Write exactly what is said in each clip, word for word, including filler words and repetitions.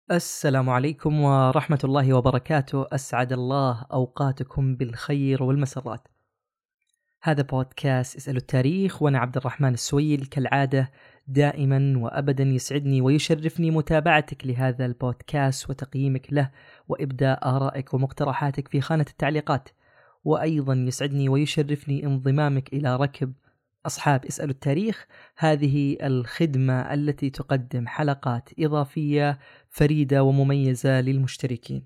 السلام عليكم ورحمة الله وبركاته. أسعد الله أوقاتكم بالخير والمسرات. هذا بودكاست اسألوا التاريخ، وأنا عبد الرحمن السويل. كالعادة دائما وأبدا يسعدني ويشرفني متابعتك لهذا البودكاست وتقييمك له وإبداء آرائك ومقترحاتك في خانة التعليقات. وأيضا يسعدني ويشرفني انضمامك إلى ركب أصحاب اسألوا التاريخ، هذه الخدمة التي تقدم حلقات إضافية فريدة ومميزة للمشتركين.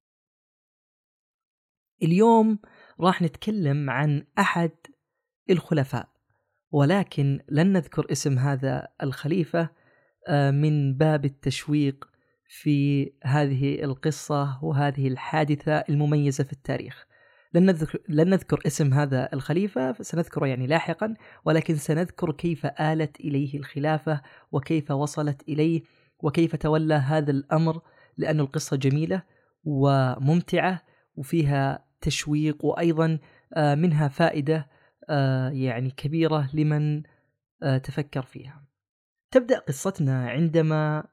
اليوم راح نتكلم عن أحد الخلفاء، ولكن لن نذكر اسم هذا الخليفة من باب التشويق في هذه القصة وهذه الحادثة المميزة في التاريخ. لن نذكر, لن نذكر اسم هذا الخليفة، سنذكره يعني لاحقا، ولكن سنذكر كيف آلت إليه الخلافة وكيف وصلت إليه وكيف تولى هذا الأمر، لأن القصة جميلة وممتعة وفيها تشويق، وأيضا منها فائدة يعني كبيرة لمن تفكر فيها. تبدأ قصتنا عندما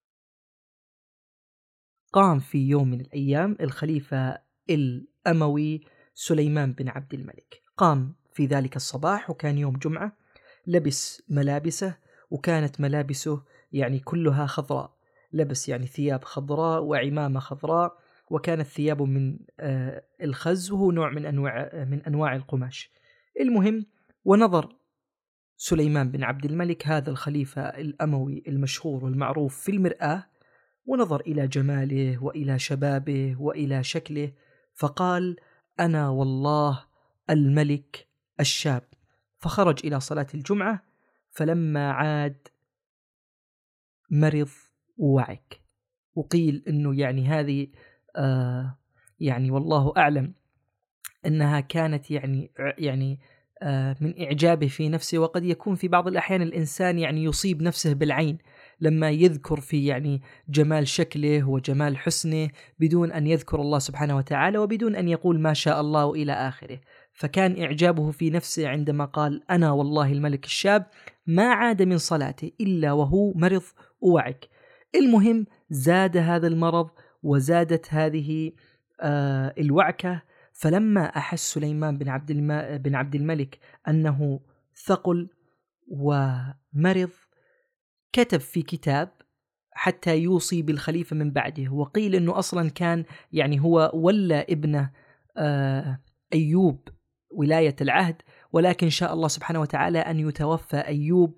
قام في يوم من الأيام الخليفة الأموي سليمان بن عبد الملك. قام في ذلك الصباح وكان يوم جمعة، لبس ملابسه وكانت ملابسه يعني كلها خضراء، لبس يعني ثياب خضراء وعمامة خضراء، وكانت ثيابه من آه الخز، وهو نوع من أنواع من أنواع القماش. المهم، ونظر سليمان بن عبد الملك هذا الخليفة الأموي المشهور والمعروف في المرآة، ونظر إلى جماله وإلى شبابه وإلى شكله، فقال: أنا والله الملك الشاب. فخرج إلى صلاة الجمعة، فلما عاد مرض ووعك. وقيل أنه يعني هذه آه يعني والله أعلم أنها كانت يعني يعني آه من إعجابه في نفسه. وقد يكون في بعض الأحيان الإنسان يعني يصيب نفسه بالعين لما يذكر في يعني جمال شكله وجمال حسنه بدون أن يذكر الله سبحانه وتعالى وبدون أن يقول ما شاء الله إلى آخره. فكان إعجابه في نفسه عندما قال: أنا والله الملك الشاب. ما عاد من صلاته إلا وهو مرض ووعك. المهم، زاد هذا المرض وزادت هذه آه الوعكة. فلما أحس سليمان بن عبد الم... بن عبد الملك أنه ثقل ومرض، كتب في كتاب حتى يوصي بالخليفة من بعده. وقيل أنه أصلا كان يعني هو ولى ابنه آه أيوب ولاية العهد، ولكن شاء الله سبحانه وتعالى أن يتوفى أيوب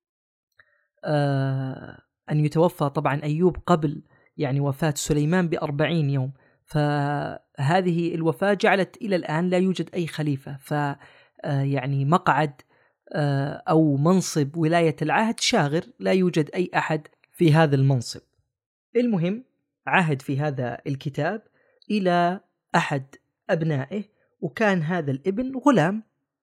آه أن يتوفى طبعا أيوب قبل يعني وفاة سليمان بأربعين يوم. فهذه الوفاة جعلت إلى الآن لا يوجد أي خليفة، ف يعني مقعد أو منصب ولاية العهد شاغر، لا يوجد أي أحد في هذا المنصب. المهم، عهد في هذا الكتاب إلى أحد أبنائه، وكان هذا الابن غلام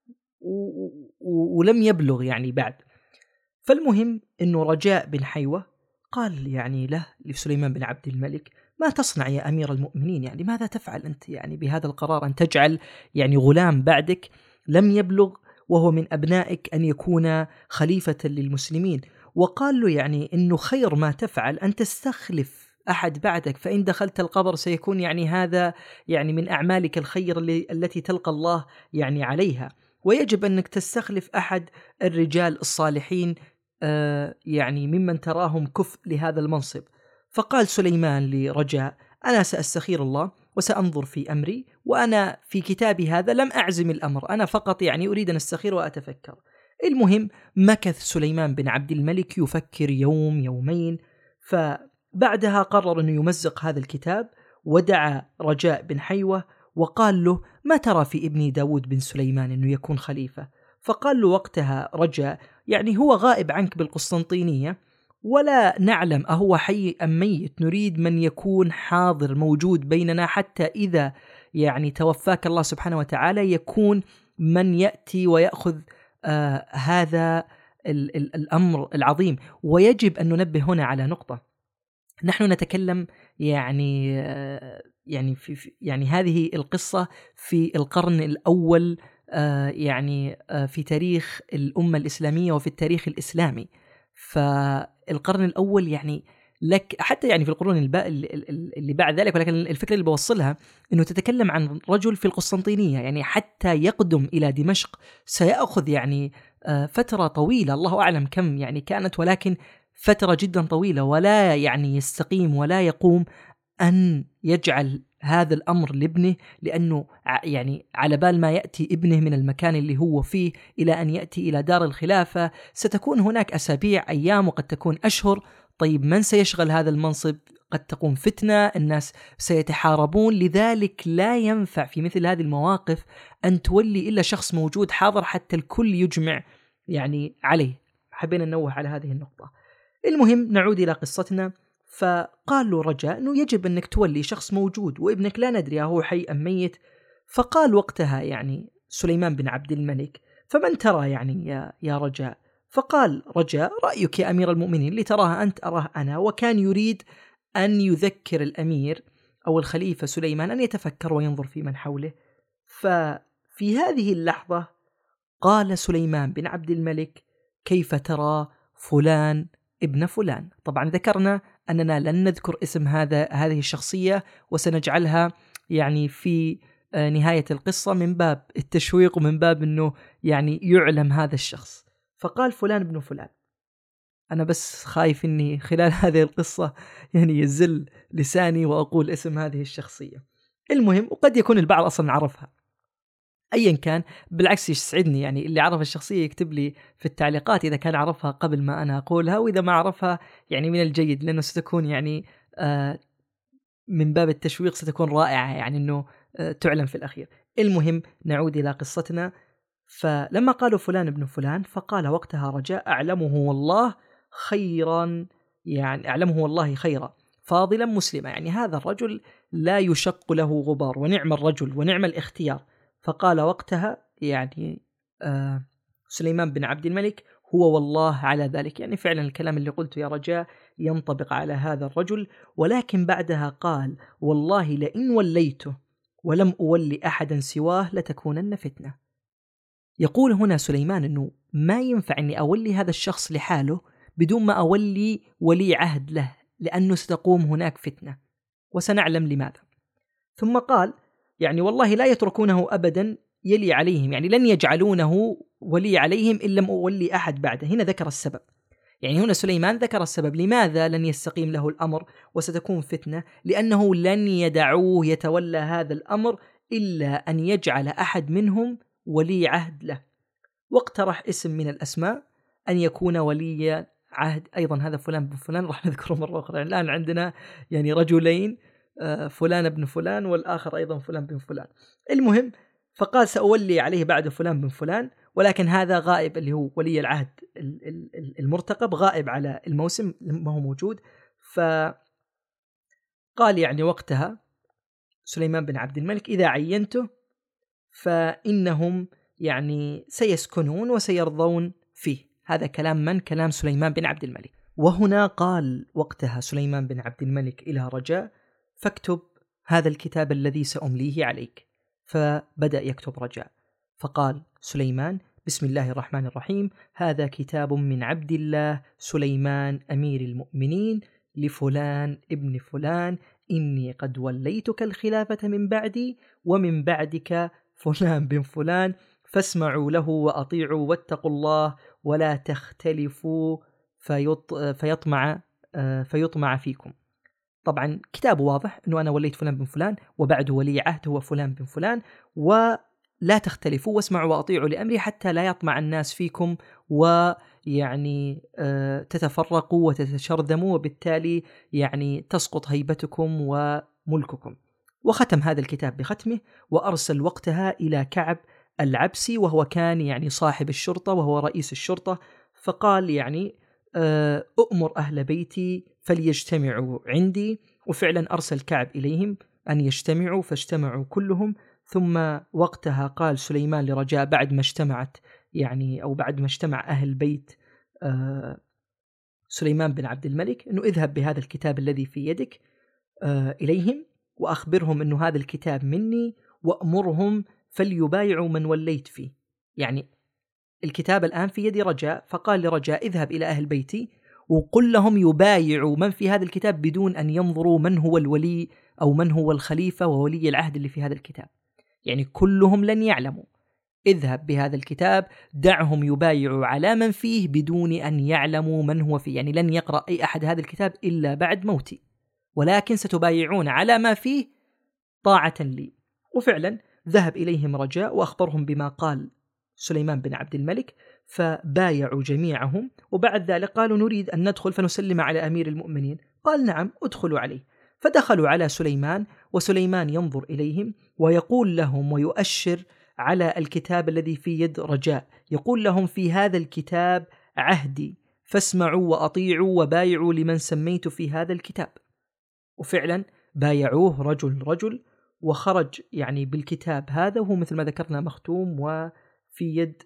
ولم يبلغ يعني بعد. فالمهم أنه رجاء بن حيوة قال يعني له لسليمان بن عبد الملك: ما تصنع يا أمير المؤمنين؟ يعني ماذا تفعل أنت يعني بهذا القرار أن تجعل يعني غلام بعدك لم يبلغ وهو من أبنائك أن يكون خليفة للمسلمين؟ وقال له يعني إنه خير ما تفعل أن تستخلف أحد بعدك، فإن دخلت القبر سيكون يعني هذا يعني من أعمالك الخير التي تلقى الله يعني عليها، ويجب أنك تستخلف أحد الرجال الصالحين آه يعني ممن تراهم كفء لهذا المنصب. فقال سليمان لرجاء: أنا سأستخير الله وسأنظر في أمري، وأنا في كتابي هذا لم أعزم الأمر، أنا فقط يعني أريد أن أستخير وأتفكر. المهم، مكث سليمان بن عبد الملك يفكر يوم يومين، فبعدها قرر أن يمزق هذا الكتاب، ودعا رجاء بن حيوة وقال له: ما ترى في ابني داود بن سليمان أنه يكون خليفة؟ فقال له وقتها رجاء: يعني هو غائب عنك بالقسطنطينية ولا نعلم أهو حي أم ميت، نريد من يكون حاضر موجود بيننا حتى إذا يعني توفاك الله سبحانه وتعالى يكون من يأتي ويأخذ آه هذا ال- ال- الأمر العظيم. ويجب أن ننبه هنا على نقطة: نحن نتكلم يعني آه يعني في في يعني هذه القصة في القرن الأول آه يعني آه في تاريخ الأمة الإسلامية وفي التاريخ الإسلامي. فالقرن الأول يعني لك حتى يعني في القرون اللي بعد ذلك. ولكن الفكرة اللي بوصلها أنه تتكلم عن رجل في القسطنطينية، يعني حتى يقدم إلى دمشق سيأخذ يعني فترة طويلة، الله أعلم كم يعني كانت، ولكن فترة جدا طويلة، ولا يعني يستقيم ولا يقوم أن يجعل هذا الأمر لابنه، لأنه يعني على بال ما يأتي ابنه من المكان اللي هو فيه إلى أن يأتي إلى دار الخلافة ستكون هناك أسابيع، أيام، وقد تكون أشهر. طيب من سيشغل هذا المنصب؟ قد تقوم فتنة، الناس سيتحاربون، لذلك لا ينفع في مثل هذه المواقف أن تولي إلا شخص موجود حاضر حتى الكل يجمع يعني عليه. حبينا ننوه على هذه النقطة. المهم نعود إلى قصتنا. فقال له رجاء أنه يجب أنك تولي شخص موجود، وابنك لا ندري هو حي أم ميت. فقال وقتها يعني سليمان بن عبد الملك فمن ترى يعني يا, يا رجاء؟ فقال رجاء رأيك يا أمير المؤمنين، اللي تراه أنت أراه أنا. وكان يريد أن يذكر الأمير أو الخليفة سليمان أن يتفكر وينظر في من حوله. ففي هذه اللحظة قال سليمان بن عبد الملك كيف ترى فلان ابن فلان؟ طبعا ذكرنا أننا لن نذكر اسم هذا هذه الشخصية، وسنجعلها يعني في نهاية القصة من باب التشويق ومن باب أنه يعني يعلم هذا الشخص. فقال فلان ابن فلان. أنا بس خايف أني خلال هذه القصة يعني يزل لساني وأقول اسم هذه الشخصية. المهم، وقد يكون البعض أصلا عرفها، أيا كان بالعكس يسعدني يعني اللي عرف الشخصية يكتب لي في التعليقات إذا كان عرفها قبل ما أنا أقولها، وإذا ما عرفها يعني من الجيد، لأنه ستكون يعني آه من باب التشويق ستكون رائعة، يعني أنه آه تعلم في الأخير. المهم نعود إلى قصتنا. فلما قالوا فلان ابن فلان فقال وقتها رجاء أعلمه والله خيرا، يعني أعلمه والله خيرا فاضلا مسلما، يعني هذا الرجل لا يشق له غبار، ونعم الرجل ونعم الاختيار. فقال وقتها يعني آه سليمان بن عبد الملك هو والله على ذلك، يعني فعلا الكلام اللي قلته يا رجاء ينطبق على هذا الرجل. ولكن بعدها قال والله لئن وليته ولم أولي أحدا سواه لتكونن فتنة. يقول هنا سليمان أنه ما ينفع أني أولي هذا الشخص لحاله بدون ما أولي ولي عهد له، لأنه ستقوم هناك فتنة وسنعلم لماذا. ثم قال يعني والله لا يتركونه أبدا يلي عليهم، يعني لن يجعلونه ولي عليهم إن لم أولي أحد بعده. هنا ذكر السبب، يعني هنا سليمان ذكر السبب لماذا لن يستقيم له الأمر وستكون فتنة، لأنه لن يدعوه يتولى هذا الأمر إلا أن يجعل أحد منهم ولي عهد له. واقترح اسم من الأسماء أن يكون ولي عهد أيضا هذا فلان بن فلان، راح نذكره مرة أخرى. يعني الآن عندنا يعني رجلين، فلان بن فلان والآخر أيضا فلان بن فلان. المهم فقال سأولي عليه بعد فلان بن فلان، ولكن هذا غائب اللي هو ولي العهد المرتقب، غائب على الموسم ما هو موجود. فقال يعني وقتها سليمان بن عبد الملك إذا عينته فإنهم يعني سيسكنون وسيرضون فيه. هذا كلام من؟ كلام سليمان بن عبد الملك. وهنا قال وقتها سليمان بن عبد الملك إلى رجاء فاكتب هذا الكتاب الذي سأمليه عليك. فبدأ يكتب رجاء. فقال سليمان بسم الله الرحمن الرحيم هذا كتاب من عبد الله سليمان أمير المؤمنين لفلان ابن فلان إني قد وليتك الخلافة من بعدي ومن بعدك فلان بن فلان فاسمعوا له وأطيعوا واتقوا الله ولا تختلفوا فيطمع فيطمع فيكم. طبعا كتاب واضح أنه أنا وليت فلان بن فلان وبعده ولي عهد هو فلان بن فلان، ولا تختلفوا واسمعوا وأطيعوا لأمري حتى لا يطمع الناس فيكم ويعني تتفرقوا وتتشرذموا وبالتالي يعني تسقط هيبتكم وملككم. وختم هذا الكتاب بختمه وأرسل وقتها إلى كعب العبسي وهو كان يعني صاحب الشرطة وهو رئيس الشرطة. فقال يعني أؤمر أهل بيتي فليجتمعوا عندي، وفعلا أرسل كعب إليهم أن يجتمعوا فاجتمعوا كلهم. ثم وقتها قال سليمان لرجاء بعد ما اجتمعت يعني أو بعد ما اجتمع أهل بيت سليمان بن عبد الملك أنه اذهب بهذا الكتاب الذي في يدك إليهم وأخبرهم أنه هذا الكتاب مني وأمرهم فليبايعوا من وليت فيه. يعني الكتاب الآن في يد رجاء، فقال لرجاء اذهب إلى أهل بيتي وقل لهم يبايعوا من في هذا الكتاب بدون أن ينظروا من هو الولي أو من هو الخليفة وولي العهد اللي في هذا الكتاب. يعني كلهم لن يعلموا. اذهب بهذا الكتاب، دعهم يبايعوا على من فيه بدون أن يعلموا من هو فيه. يعني لن يقرأ أي أحد هذا الكتاب إلا بعد موتي، ولكن ستبايعون على ما فيه طاعة لي. وفعلا ذهب إليهم رجاء وأخبرهم بما قال سليمان بن عبد الملك، فبايعوا جميعهم. وبعد ذلك قالوا نريد أن ندخل فنسلم على أمير المؤمنين. قال نعم، ادخلوا عليه. فدخلوا على سليمان، وسليمان ينظر إليهم ويقول لهم ويؤشر على الكتاب الذي في يد رجاء، يقول لهم في هذا الكتاب عهدي، فاسمعوا وأطيعوا وبايعوا لمن سميت في هذا الكتاب. وفعلا بايعوه رجل رجل، وخرج يعني بالكتاب هذا وهو مثل ما ذكرنا مختوم وفي يد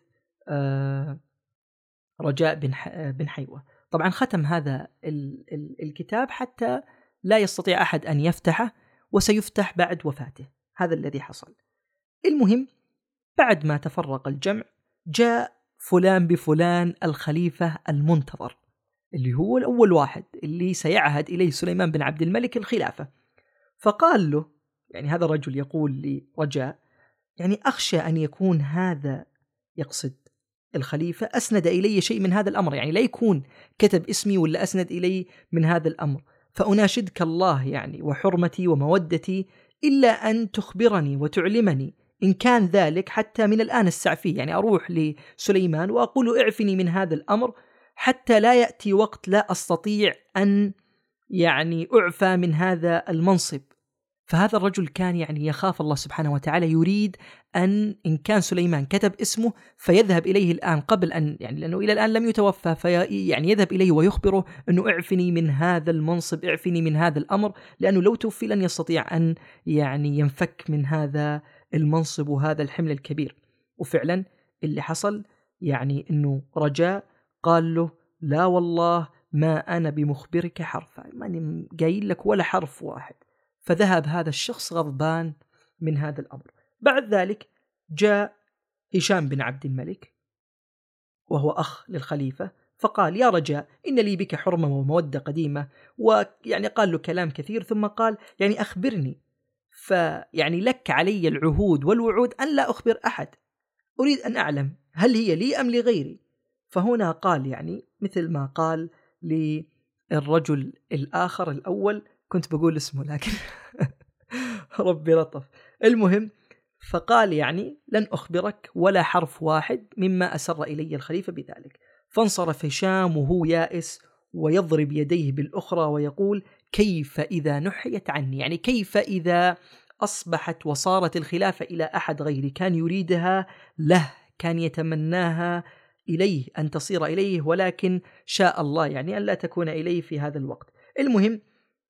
رجاء بن بن حيوة. طبعا ختم هذا الكتاب حتى لا يستطيع أحد أن يفتحه، وسيفتح بعد وفاته. هذا الذي حصل. المهم بعد ما تفرق الجمع جاء فلان بفلان الخليفة المنتظر، اللي هو الأول واحد اللي سيعهد إليه سليمان بن عبد الملك الخلافة. فقال له، يعني هذا الرجل يقول لرجاء، يعني أخشى أن يكون هذا يقصد الخليفة أسند إلي شيء من هذا الأمر، يعني لا يكون كتب اسمي ولا أسند إلي من هذا الأمر، فأناشدك الله يعني وحرمتي ومودتي إلا أن تخبرني وتعلمني إن كان ذلك حتى من الآن السعفي. يعني أروح لسليمان وأقول اعفني من هذا الأمر حتى لا يأتي وقت لا أستطيع أن يعني أعفى من هذا المنصب. فهذا الرجل كان يعني يخاف الله سبحانه وتعالى، يريد أن إن كان سليمان كتب اسمه فيذهب إليه الآن قبل أن يعني لأنه إلى الآن لم يتوفى، في يعني يذهب إليه ويخبره أنه اعفني من هذا المنصب، اعفني من هذا الأمر، لأنه لو توفي لن يستطيع أن يعني ينفك من هذا المنصب وهذا الحمل الكبير. وفعلا اللي حصل يعني أنه رجاء قال له لا والله ما أنا بمخبرك حرفا، ماني قايل لك ولا حرف واحد. فذهب هذا الشخص غضبان من هذا الأمر. بعد ذلك جاء هشام بن عبد الملك وهو أخ للخليفة، فقال يا رجاء إن لي بك حرمة ومودة قديمة، ويعني قال له كلام كثير، ثم قال يعني أخبرني، فيعني لك علي العهود والوعود أن لا أخبر أحد، أريد أن أعلم هل هي لي أم لغيري. فهنا قال يعني مثل ما قال للرجل الآخر الأول، كنت بقول اسمه لكن ربي لطف. المهم فقال يعني لن أخبرك ولا حرف واحد مما أسر إلي الخليفة بذلك. فانصرف هشام وهو يائس ويضرب يديه بالأخرى ويقول كيف إذا نحيت عني، يعني كيف إذا أصبحت وصارت الخلافة إلى أحد غيري، كان يريدها له، كان يتمناها إليه أن تصير إليه، ولكن شاء الله يعني أن لا تكون إليه في هذا الوقت. المهم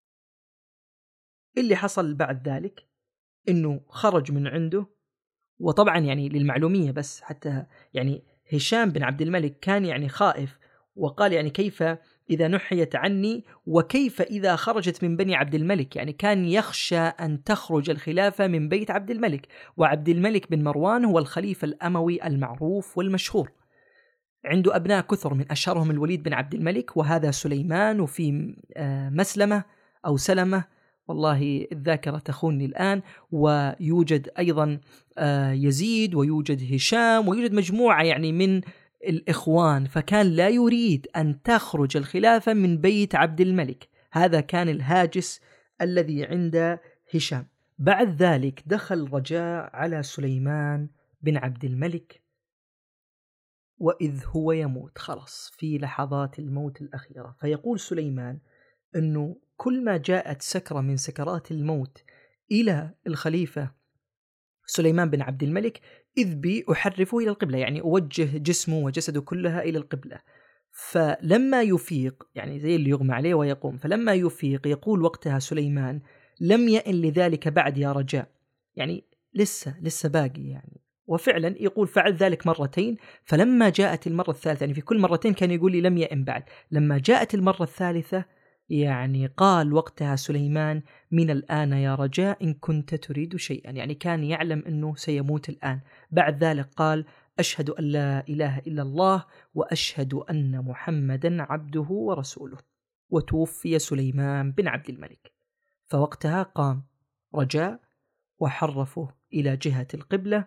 اللي حصل بعد ذلك إنه خرج من عنده. وطبعا يعني للمعلومية بس حتى يعني هشام بن عبد الملك كان يعني خائف، وقال يعني كيف إذا نحيت عني وكيف إذا خرجت من بني عبد الملك، يعني كان يخشى أن تخرج الخلافة من بيت عبد الملك. وعبد الملك بن مروان هو الخليفة الأموي المعروف والمشهور، عنده أبناء كثر، من أشهرهم الوليد بن عبد الملك وهذا سليمان، وفي مسلمة أو سلمة، والله الذاكرة تخونني الآن، ويوجد أيضا يزيد، ويوجد هشام، ويوجد مجموعة يعني من الإخوان. فكان لا يريد أن تخرج الخلافة من بيت عبد الملك، هذا كان الهاجس الذي عند هشام. بعد ذلك دخل رجاء على سليمان بن عبد الملك وإذ هو يموت، خلص في لحظات الموت الأخيرة. فيقول سليمان أنه كل ما جاءت سكرة من سكرات الموت إلى الخليفة سليمان بن عبد الملك إذ بي أحرفه إلى القبلة، يعني أوجه جسمه وجسده كلها إلى القبلة. فلما يفيق يعني زي اللي يغمى عليه ويقوم، فلما يفيق يقول وقتها سليمان لم يئن لذلك بعد يا رجاء، يعني لسه لسه باقي يعني. وفعلا يقول فعل ذلك مرتين، فلما جاءت المرة الثالثة يعني في كل مرتين كان يقول لي لم يئن بعد، لما جاءت المرة الثالثة يعني قال وقتها سليمان من الآن يا رجاء إن كنت تريد شيئا، يعني كان يعلم أنه سيموت الآن. بعد ذلك قال أشهد أن لا إله إلا الله وأشهد أن محمدا عبده ورسوله. وتوفي سليمان بن عبد الملك. فوقتها قام رجاء وحرفه إلى جهة القبلة،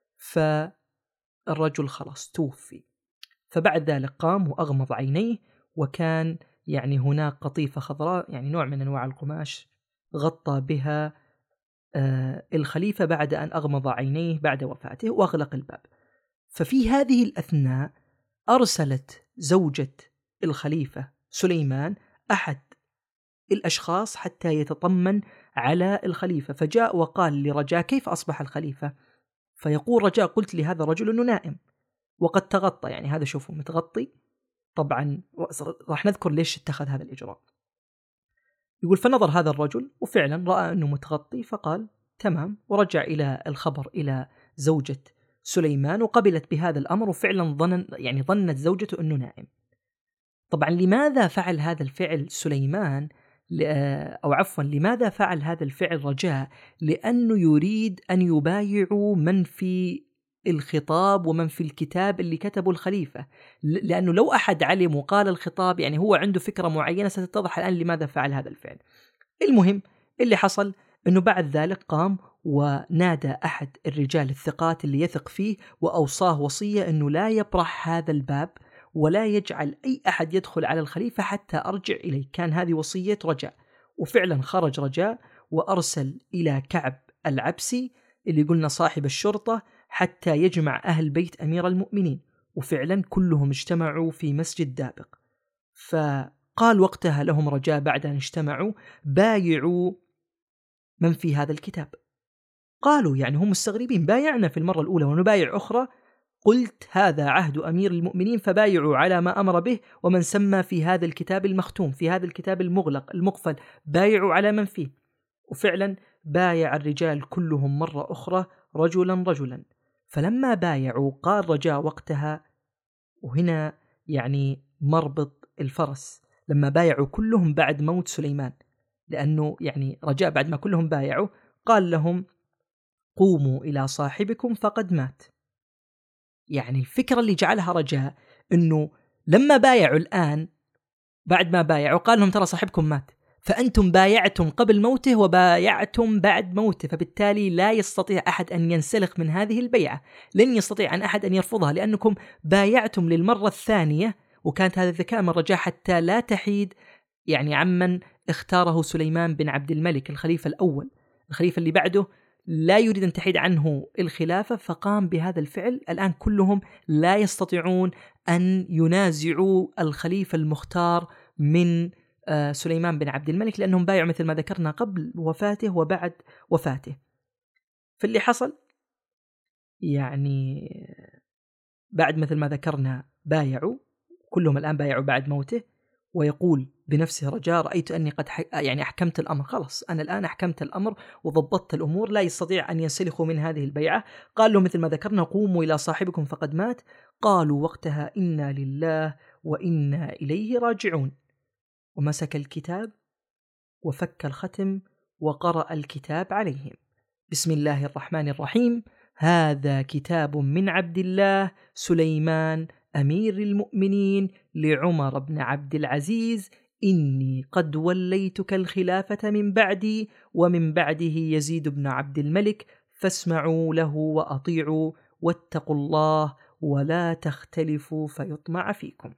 فالرجل خلاص توفي. فبعد ذلك قام وأغمض عينيه، وكان يعني هناك قطيفة خضراء، يعني نوع من أنواع القماش، غطى بها آه الخليفة بعد أن أغمض عينيه بعد وفاته وأغلق الباب. ففي هذه الأثناء أرسلت زوجة الخليفة سليمان أحد الأشخاص حتى يتطمن على الخليفة، فجاء وقال لرجاء: كيف أصبح الخليفة؟ فيقول رجاء: قلت لهذا الرجل أنه نائم وقد تغطى، يعني هذا شوفوا متغطي. طبعا راح نذكر ليش اتخذ هذا الإجراء. يقول: فنظر هذا الرجل وفعلا رأى أنه متغطي، فقال: تمام. ورجع إلى الخبر إلى زوجة سليمان وقبلت بهذا الأمر، وفعلا ظن يعني ظنت زوجته أنه نائم. طبعا لماذا فعل هذا الفعل سليمان، أو عفوا لماذا فعل هذا الفعل رجاء؟ لأنه يريد أن يبايعوا من في الخطاب ومن في الكتاب اللي كتبه الخليفة، لأنه لو أحد علم وقال الخطاب يعني هو عنده فكرة معينة ستتضح الآن لماذا فعل هذا الفعل. المهم اللي حصل أنه بعد ذلك قام ونادى أحد الرجال الثقات اللي يثق فيه وأوصاه وصية أنه لا يبرح هذا الباب ولا يجعل أي أحد يدخل على الخليفة حتى أرجع إليه. كان هذه وصية رجاء. وفعلا خرج رجاء وأرسل إلى كعب العبسي اللي قلنا صاحب الشرطة حتى يجمع أهل بيت أمير المؤمنين، وفعلا كلهم اجتمعوا في مسجد دابق. فقال وقتها لهم رجاء بعد أن اجتمعوا: بايعوا من في هذا الكتاب. قالوا يعني هم مستغربين: بايعنا في المرة الأولى ونبايع أخرى؟ قلت: هذا عهد أمير المؤمنين، فبايعوا على ما أمر به ومن سمى في هذا الكتاب المختوم، في هذا الكتاب المغلق المقفل، بايعوا على من فيه. وفعلا بايع الرجال كلهم مرة أخرى رجلا رجلا. فلما بايعوا قال رجاء وقتها، وهنا يعني مربط الفرس، لما بايعوا كلهم بعد موت سليمان، لأنه يعني رجاء بعد ما كلهم بايعوا قال لهم: قوموا إلى صاحبكم فقد مات. يعني الفكرة اللي جعلها رجاء أنه لما بايعوا الآن بعد ما بايعوا قال لهم: ترى صاحبكم مات، فأنتم بايعتم قبل موته وبايعتم بعد موته، فبالتالي لا يستطيع أحد أن ينسلخ من هذه البيعة، لن يستطيع أن أحد أن يرفضها، لأنكم بايعتم للمرة الثانية. وكانت هذا الذكاء من رجاء حتى لا تحيد يعني عمن اختاره سليمان بن عبد الملك الخليفة الأول، الخليفة اللي بعده لا يريد أن تحيد عنه الخلافة، فقام بهذا الفعل. الآن كلهم لا يستطيعون أن ينازعوا الخليفة المختار من سليمان بن عبد الملك، لأنهم بايعوا مثل ما ذكرنا قبل وفاته وبعد وفاته. فاللي حصل يعني بعد مثل ما ذكرنا بايعوا كلهم، الآن بايعوا بعد موته. ويقول بنفسه رجاء: رأيت أني قد ح... يعني أحكمت الأمر، خلاص أنا الآن أحكمت الأمر وضبطت الأمور، لا يستطيع أن ينسلخوا من هذه البيعة. قال له مثل ما ذكرنا: قوموا إلى صاحبكم فقد مات. قالوا وقتها: إنا لله وإنا إليه راجعون. ومسك الكتاب وفك الختم وقرأ الكتاب عليهم: بسم الله الرحمن الرحيم، هذا كتاب من عبد الله سليمان أمير المؤمنين لعمر بن عبد العزيز، إني قد وليتك الخلافة من بعدي ومن بعده يزيد بن عبد الملك، فاسمعوا له وأطيعوا واتقوا الله ولا تختلفوا فيطمع فيكم.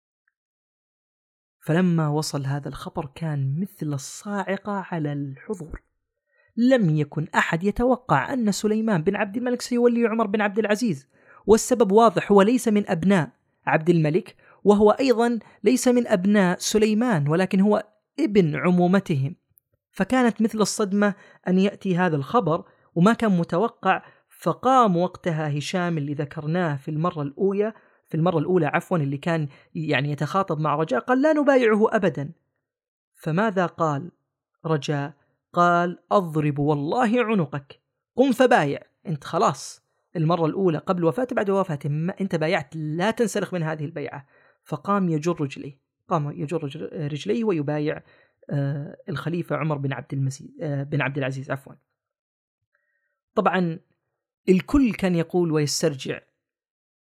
فلما وصل هذا الخبر كان مثل الصاعقة على الحضور. لم يكن أحد يتوقع أن سليمان بن عبد الملك سيولي عمر بن عبد العزيز، والسبب واضح، هو ليس من أبناء عبد الملك، وهو أيضا ليس من أبناء سليمان، ولكن هو ابن عمومتهم. فكانت مثل الصدمة أن يأتي هذا الخبر وما كان متوقع. فقام وقتها هشام اللي ذكرناه في المرة الأولى في المرة الأولى عفوا اللي كان يعني يتخاطب مع رجاء، قال: لا نبايعه أبدا. فماذا قال رجاء؟ قال: أضرب والله عنقك، قم فبايع، أنت خلاص المرة الأولى قبل وفاته بعد وفاته ما أنت بايعت، لا تنسلخ من هذه البيعة. فقام يجر رجليه قام يجر رجليه ويبايع آه الخليفة عمر بن عبد المسيح آه بن عبد العزيز عفوا. طبعا الكل كان يقول ويسترجع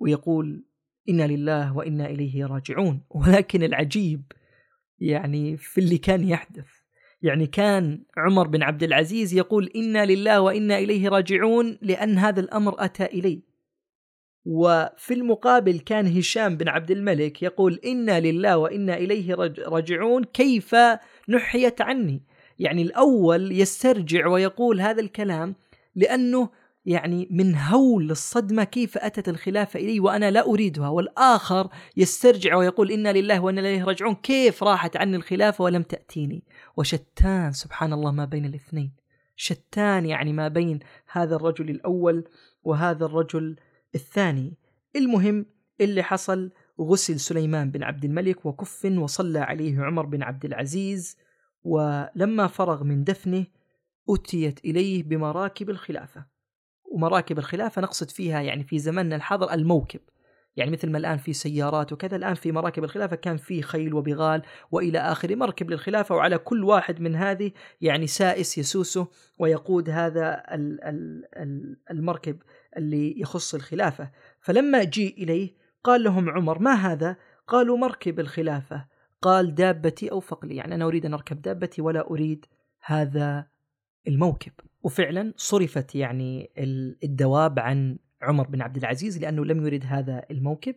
ويقول إنا لله وإنا إليه راجعون. ولكن العجيب يعني في اللي كان يحدث، يعني كان عمر بن عبد العزيز يقول إنا لله وإنا إليه راجعون لأن هذا الأمر أتى إلي، وفي المقابل كان هشام بن عبد الملك يقول إنا لله وإنا إليه راجعون كيف نحيت عني. يعني الأول يسترجع ويقول هذا الكلام لأنه يعني من هول الصدمة كيف أتت الخلافة إلي وأنا لا أريدها، والآخر يسترجع ويقول إنا لله وإنا إليه راجعون كيف راحت عني الخلافة ولم تأتيني. وشتان سبحان الله ما بين الاثنين، شتان يعني ما بين هذا الرجل الأول وهذا الرجل الثاني. المهم اللي حصل غسل سليمان بن عبد الملك وكفن وصلى عليه عمر بن عبد العزيز، ولما فرغ من دفنه أتيت إليه بمراكب الخلافة. ومراكب الخلافة نقصد فيها يعني في زمننا الحاضر الموكب، يعني مثل ما الآن في سيارات وكذا، الآن في مراكب الخلافة كان في خيل وبغال وإلى آخر مركب للخلافة، وعلى كل واحد من هذه يعني سائس يسوسه ويقود هذا المركب اللي يخص الخلافة. فلما جيء إليه قال لهم عمر ما هذا؟ قالوا مركب الخلافة. قال دابتي أو فقلي، يعني أنا أريد أن أركب دابتي ولا أريد هذا الموكب. وفعلا صرفت يعني الدواب عن عمر بن عبد العزيز لأنه لم يرد هذا الموكب.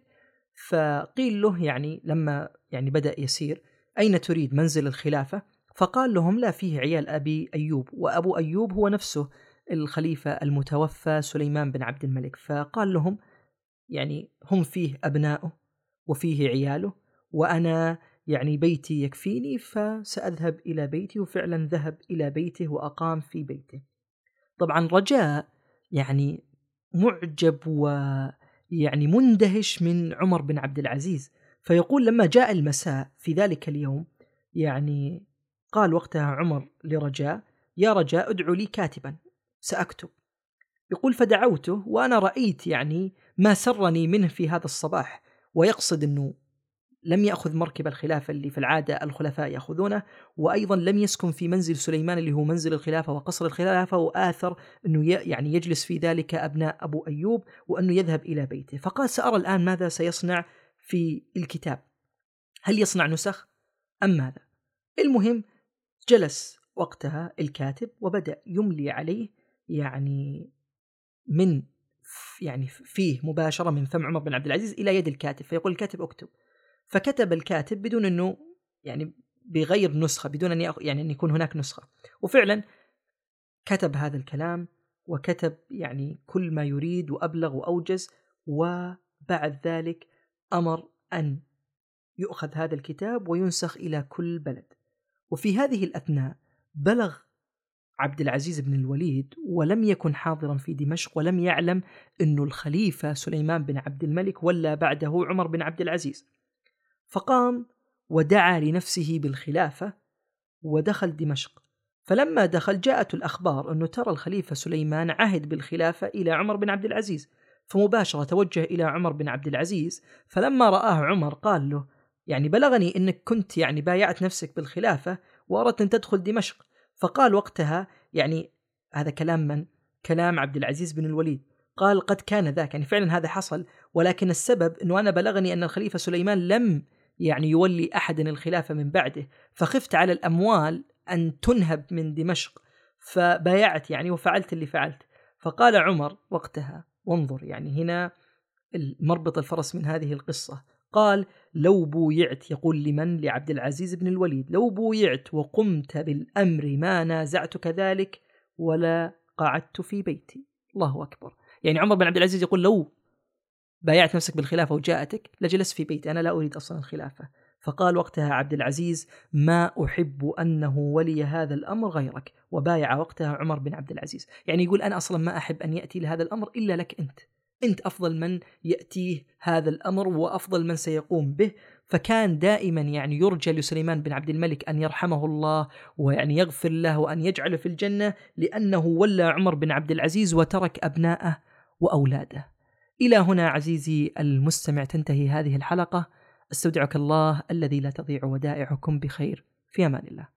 فقيل له يعني لما يعني بدأ يسير أين تريد منزل الخلافة؟ فقال لهم لا، فيه عيال أبي أيوب، وأبو أيوب هو نفسه الخليفة المتوفى سليمان بن عبد الملك. فقال لهم يعني هم فيه أبنائه وفيه عياله، وأنا يعني بيتي يكفيني فسأذهب إلى بيتي. وفعلا ذهب إلى بيته وأقام في بيته. طبعا رجاء يعني معجب ويعني مندهش من عمر بن عبد العزيز، فيقول لما جاء المساء في ذلك اليوم يعني قال وقتها عمر لرجاء يا رجاء ادعو لي كاتبا سأكتب. يقول فدعوته وأنا رأيت يعني ما سرني منه في هذا الصباح، ويقصد أنه لم يأخذ مركب الخلافة اللي في العادة الخلفاء يأخذونه، وأيضا لم يسكن في منزل سليمان اللي هو منزل الخلافة وقصر الخلافة، وآثر أنه يعني يجلس في ذلك أبناء أبو أيوب وأنه يذهب إلى بيته. فقال سأرى الآن ماذا سيصنع في الكتاب، هل يصنع نسخ أم ماذا؟ المهم جلس وقتها الكاتب وبدأ يملي عليه يعني من يعني فيه مباشرة من فم عمر بن عبد العزيز إلى يد الكاتب، فيقول الكاتب اكتب. فكتب الكاتب بدون أنه يعني بغير نسخة، بدون أن يعني أن يكون هناك نسخة. وفعلا كتب هذا الكلام وكتب يعني كل ما يريد وأبلغ وأوجز، وبعد ذلك أمر أن يؤخذ هذا الكتاب وينسخ إلى كل بلد. وفي هذه الأثناء بلغ عبد العزيز بن الوليد ولم يكن حاضرا في دمشق ولم يعلم أن الخليفة سليمان بن عبد الملك ولا بعده عمر بن عبد العزيز، فقام ودعا لنفسه بالخلافة ودخل دمشق. فلما دخل جاءت الأخبار أنه ترى الخليفة سليمان عهد بالخلافة إلى عمر بن عبد العزيز، فمباشرة توجه إلى عمر بن عبد العزيز. فلما رآه عمر قال له يعني بلغني أنك كنت يعني بايعت نفسك بالخلافة وأردت أن تدخل دمشق. فقال وقتها يعني هذا كلام من؟ كلام عبد العزيز بن الوليد. قال قد كان ذاك، يعني فعلا هذا حصل، ولكن السبب أنه أنا بلغني أن الخليفة سليمان لم يعني يولي أحد الخلافة من بعده، فخفت على الأموال أن تنهب من دمشق فبايعت يعني وفعلت اللي فعلت. فقال عمر وقتها وانظر يعني هنا مربط الفرس من هذه القصة، قال لو بويعت، يقول لمن؟ لعبد العزيز بن الوليد، لو بويعت وقمت بالأمر ما نازعتك ذلك ولا قعدت في بيتي. الله أكبر. يعني عمر بن عبد العزيز يقول لو بايعت نفسك بالخلافة وجاءتك لجلس في بيتي، أنا لا أريد أصلا الخلافة. فقال وقتها عبد العزيز ما أحب أنه ولي هذا الأمر غيرك، وبايع وقتها عمر بن عبد العزيز. يعني يقول أنا أصلا ما أحب أن يأتي لهذا الأمر إلا لك أنت، أنت أفضل من يأتيه هذا الأمر وأفضل من سيقوم به. فكان دائما يعني يرجى لسليمان بن عبد الملك أن يرحمه الله ويعني يغفر له وأن يجعله في الجنة، لأنه ولى عمر بن عبد العزيز وترك أبناءه وأولاده. إلى هنا عزيزي المستمع تنتهي هذه الحلقة. استودعك الله الذي لا تضيع ودائعكم بخير، في أمان الله.